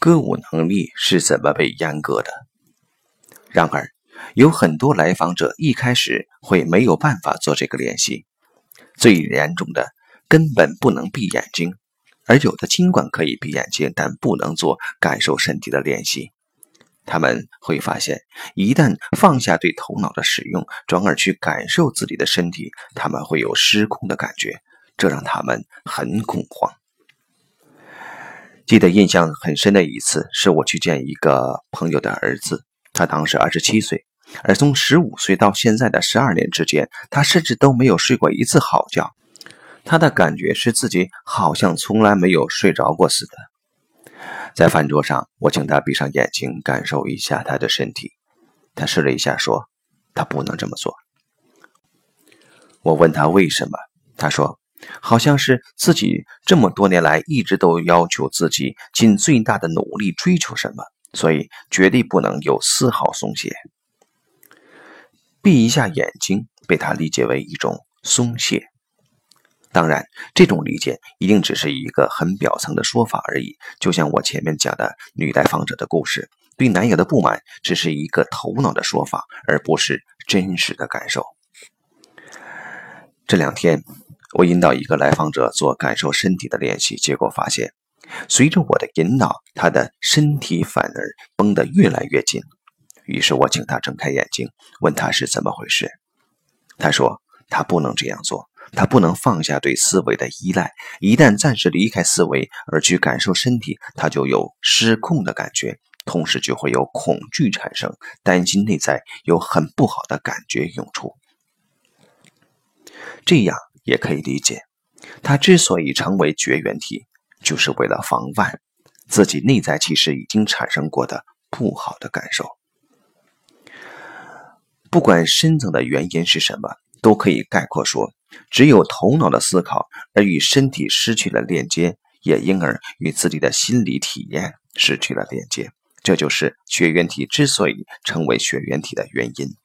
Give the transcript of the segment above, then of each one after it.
歌舞能力是怎么被阉割的。然而，有很多来访者一开始会没有办法做这个练习，最严重的根本不能闭眼睛，而有的尽管可以闭眼睛，但不能做感受身体的练习。他们会发现，一旦放下对头脑的使用，转而去感受自己的身体，他们会有失控的感觉，这让他们很恐慌。记得印象很深的一次，是我去见一个朋友的儿子，他当时27岁，而从15岁到现在的12年之间，他甚至都没有睡过一次好觉。他的感觉是自己好像从来没有睡着过似的。在饭桌上，我请他闭上眼睛，感受一下他的身体。他试了一下说，他不能这么做。我问他为什么，他说好像是自己这么多年来一直都要求自己尽最大的努力追求什么，所以绝对不能有丝毫松懈。闭一下眼睛被他理解为一种松懈。当然，这种理解一定只是一个很表层的说法而已，就像我前面讲的女来访者的故事，对男友的不满只是一个头脑的说法，而不是真实的感受。这2天，我引导一个来访者做感受身体的练习，结果发现，随着我的引导，他的身体反而绷得越来越紧。于是我请他睁开眼睛，问他是怎么回事。他说他不能这样做，他不能放下对思维的依赖，一旦暂时离开思维而去感受身体，他就有失控的感觉，同时就会有恐惧产生，担心内在有很不好的感觉涌出。这样也可以理解，他之所以成为绝缘体，就是为了防范自己内在其实已经产生过的不好的感受。不管深层的原因是什么，都可以概括说，只有头脑的思考而与身体失去了链接，也因而与自己的心理体验失去了连接，这就是绝缘体之所以成为绝缘体的原因。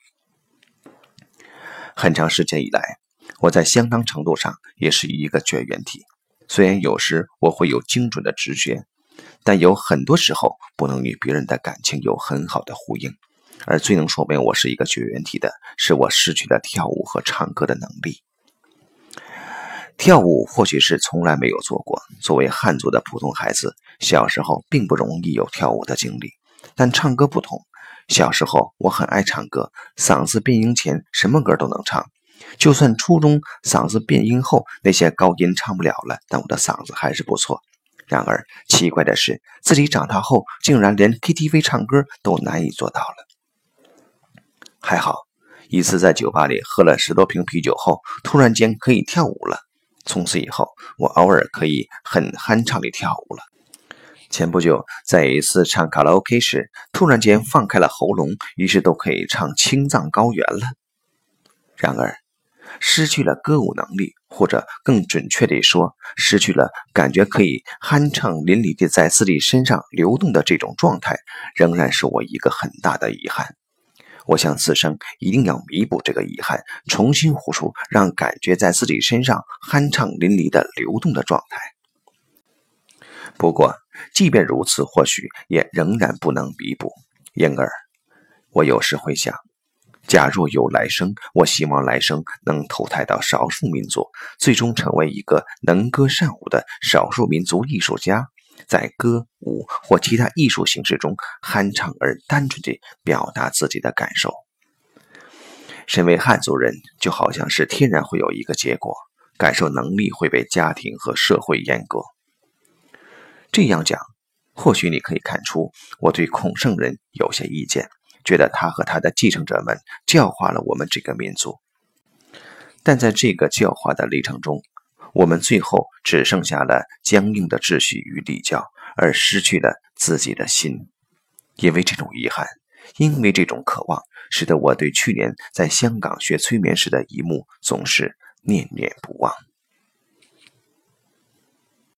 很长时间以来，我在相当程度上也是一个绝缘体，虽然有时我会有精准的直觉，但有很多时候不能与别人的感情有很好的呼应。而最能说明我是一个绝缘体的，是我失去了跳舞和唱歌的能力。跳舞或许是从来没有做过，作为汉族的普通孩子，小时候并不容易有跳舞的经历。但唱歌不同，小时候我很爱唱歌，嗓子变音前什么歌都能唱。就算初中嗓子变音后，那些高音唱不了了，但我的嗓子还是不错。然而奇怪的是，自己长大后竟然连 KTV 唱歌都难以做到了。还好，一次在酒吧里喝了10多瓶啤酒后，突然间可以跳舞了。从此以后，我偶尔可以很酣畅地跳舞了。前不久，在一次唱卡拉 OK 时，突然间放开了喉咙，于是都可以唱青藏高原了。然而，失去了歌舞能力，或者更准确地说，失去了感觉可以酣畅淋漓地在自己身上流动的这种状态，仍然是我一个很大的遗憾。我想此生一定要弥补这个遗憾，重新活出让感觉在自己身上酣畅淋漓的流动的状态。不过即便如此，或许也仍然不能弥补，因而我有时会想，假若有来生，我希望来生能投胎到少数民族，最终成为一个能歌善舞的少数民族艺术家，在歌舞或其他艺术形式中酣畅而单纯地表达自己的感受。身为汉族人，就好像是天然会有一个结果，感受能力会被家庭和社会阉割。这样讲，或许你可以看出我对孔圣人有些意见，觉得他和他的继承者们教化了我们这个民族。但在这个教化的历程中，我们最后只剩下了僵硬的秩序与礼教，而失去了自己的心。因为这种遗憾，因为这种渴望，使得我对去年在香港学催眠时的一幕总是念念不忘。